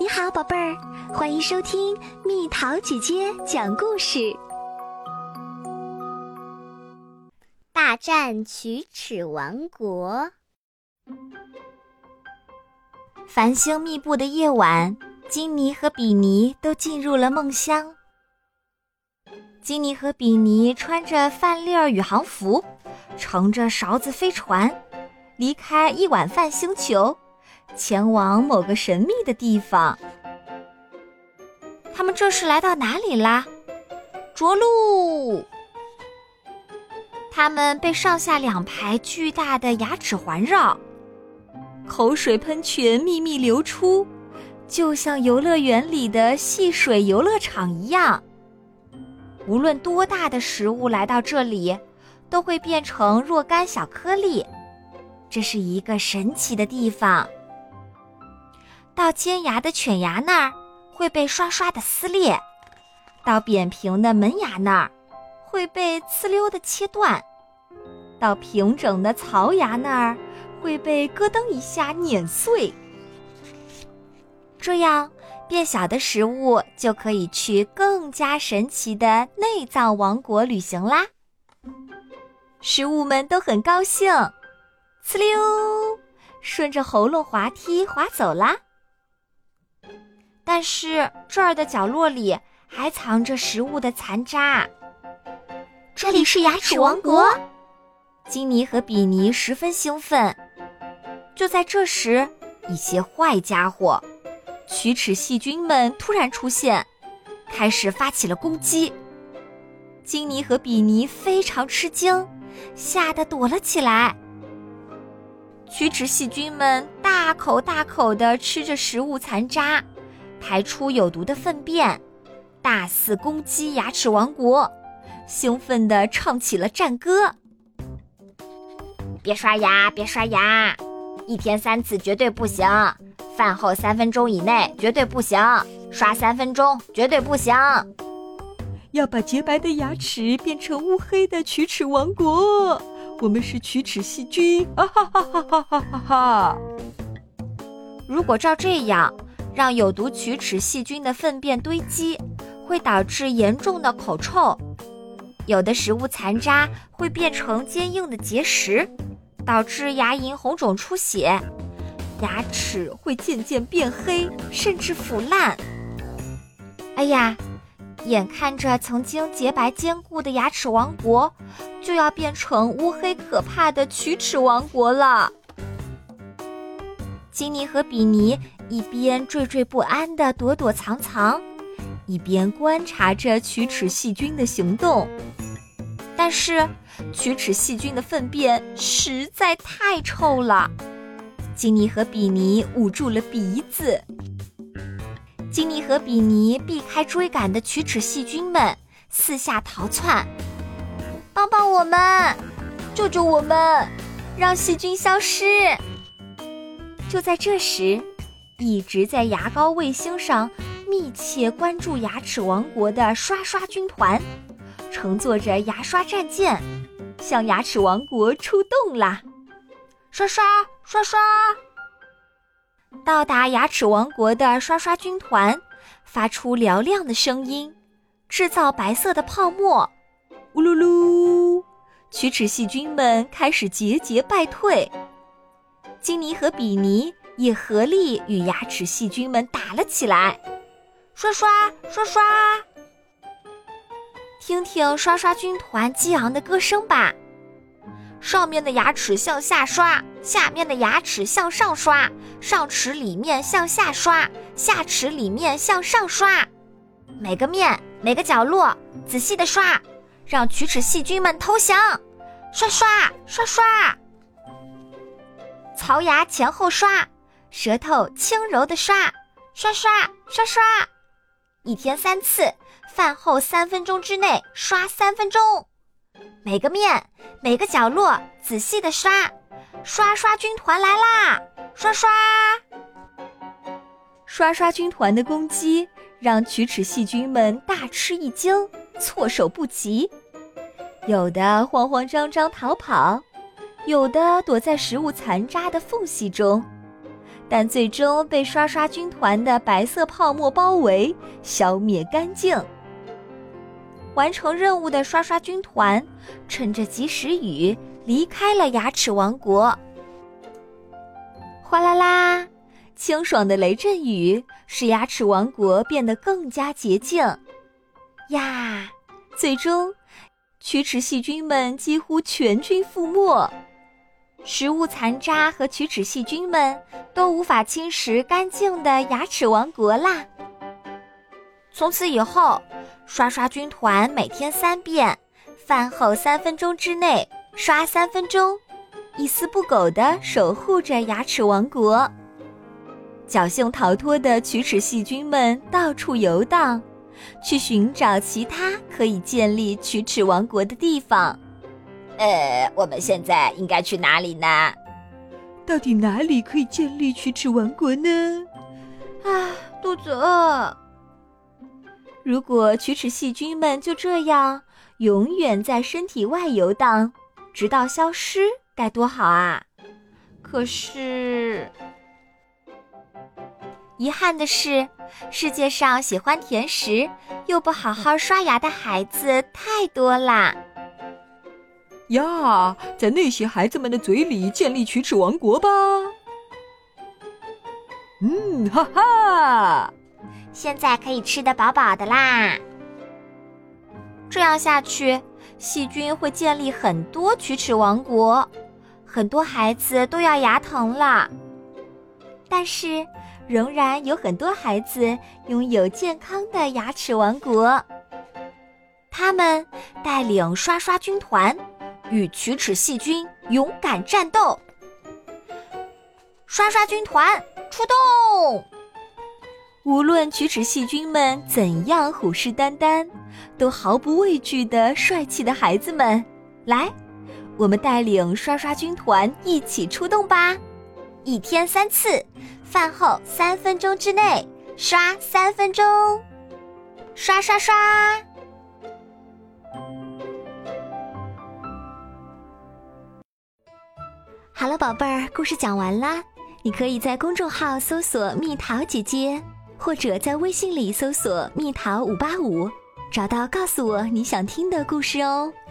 你好，宝贝儿，欢迎收听蜜桃姐姐讲故事。 大战曲尺王国。繁星密布的夜晚，金妮和比尼都进入了梦乡。金妮和比尼穿着饭粒儿宇航服，乘着勺子飞船，离开一碗饭星球，前往某个神秘的地方。他们这是来到哪里啦？着陆！他们被上下两排巨大的牙齿环绕，口水喷泉秘密流出，就像游乐园里的戏水游乐场一样。无论多大的食物来到这里，都会变成若干小颗粒。这是一个神奇的地方。到尖牙的犬牙那儿会被刷刷地撕裂，到扁平的门牙那儿会被呲溜地切断，到平整的槽牙那儿会被咯噔一下碾碎。这样变小的食物就可以去更加神奇的内脏王国旅行啦。食物们都很高兴，呲溜，顺着喉咙滑梯滑走啦。但是这儿的角落里还藏着食物的残渣。 这里是牙齿王国。 金妮和比尼十分兴奋。就在这时，一些坏家伙龋齿细菌们突然出现，开始发起了攻击。金妮和比尼非常吃惊，吓得躲了起来。龋齿细菌们大口大口地吃着食物残渣，排出有毒的粪便，大肆攻击牙齿王国，兴奋地唱起了战歌。别刷牙，别刷牙，一天3次绝对不行，饭后3分钟以内绝对不行，刷3分钟绝对不行。 要把洁白的牙齿变成乌黑的龋齿王国，我们是龋齿细菌，啊哈哈哈哈哈哈哈！ 如果照这样让有毒龋齿细菌的粪便堆积，会导致严重的口臭。有的食物残渣会变成坚硬的结石，导致牙龈红肿出血，牙齿会渐渐变黑，甚至腐烂。哎呀，眼看着曾经洁白坚固的牙齿王国，就要变成乌黑可怕的龋齿王国了。金妮和比尼一边惴惴不安地躲躲藏藏，一边观察着龋齿细菌的行动。但是龋齿细菌的粪便实在太臭了，金妮和比尼捂住了鼻子。金妮和比尼避开追赶的龋齿细菌们，四下逃窜。帮帮我们，救救我们，让细菌消失！就在这时，一直在牙膏卫星上密切关注牙齿王国的刷刷军团，乘坐着牙刷战舰，向牙齿王国出动啦！刷刷刷刷！到达牙齿王国的刷刷军团发出嘹亮的声音，制造白色的泡沫。呜噜噜，龋齿细菌们开始节节败退。金妮和比尼也合力与牙齿细菌们打了起来。刷刷刷刷！听听刷刷军团激昂的歌声吧。上面的牙齿向下刷，下面的牙齿向上刷，上齿里面向下刷，下齿里面向上刷。每个面，每个角落，仔细地刷，让龋齿细菌们投降。刷刷刷刷！槽牙前后刷，舌头轻柔地刷，刷刷刷刷！一天3次，饭后3分钟之内刷3分钟。每个面，每个角落，仔细地刷。刷刷军团来啦！刷刷！刷刷军团的攻击让龋齿细菌们大吃一惊，措手不及。有的慌慌张张逃跑，有的躲在食物残渣的缝隙中， 但最终被刷刷军团的白色泡沫包围，消灭干净。完成任务的刷刷军团趁着及时雨离开了牙齿王国。哗啦啦，清爽的雷阵雨使牙齿王国变得更加洁净呀！最终，龋齿细菌们几乎全军覆没，食物残渣和龋齿细菌们都无法侵蚀干净的牙齿王国啦。从此以后，刷刷军团每天3遍，饭后3分钟之内刷3分钟，一丝不苟地守护着牙齿王国。侥幸逃脱的龋齿细菌们到处游荡，去寻找其他可以建立龋齿王国的地方。我们现在应该去哪里呢？ 到底哪里可以建立龋齿王国呢？ 肚子饿。如果龋齿细菌们就这样永远在身体外游荡，直到消失，该多好啊！可是，遗憾的是，世界上喜欢甜食又不好好刷牙的孩子太多啦。 呀，在那些孩子们的嘴里建立龋齿王国吧！哈哈！ 现在可以吃得饱饱的啦。这样下去，细菌会建立很多龋齿王国，很多孩子都要牙疼了。但是，仍然有很多孩子拥有健康的牙齿王国。他们带领刷刷军团与龋齿细菌勇敢战斗。刷刷军团出动！无论龋齿细菌们怎样虎视眈眈，都毫不畏惧的帅气的孩子们，来，我们带领刷刷军团一起出动吧！一天3次，饭后3分钟之内刷3分钟，刷刷刷！ 好了，宝贝儿，故事讲完啦。你可以在公众号搜索蜜桃姐姐，或者在微信里搜索蜜桃585，找到告诉我你想听的故事哦。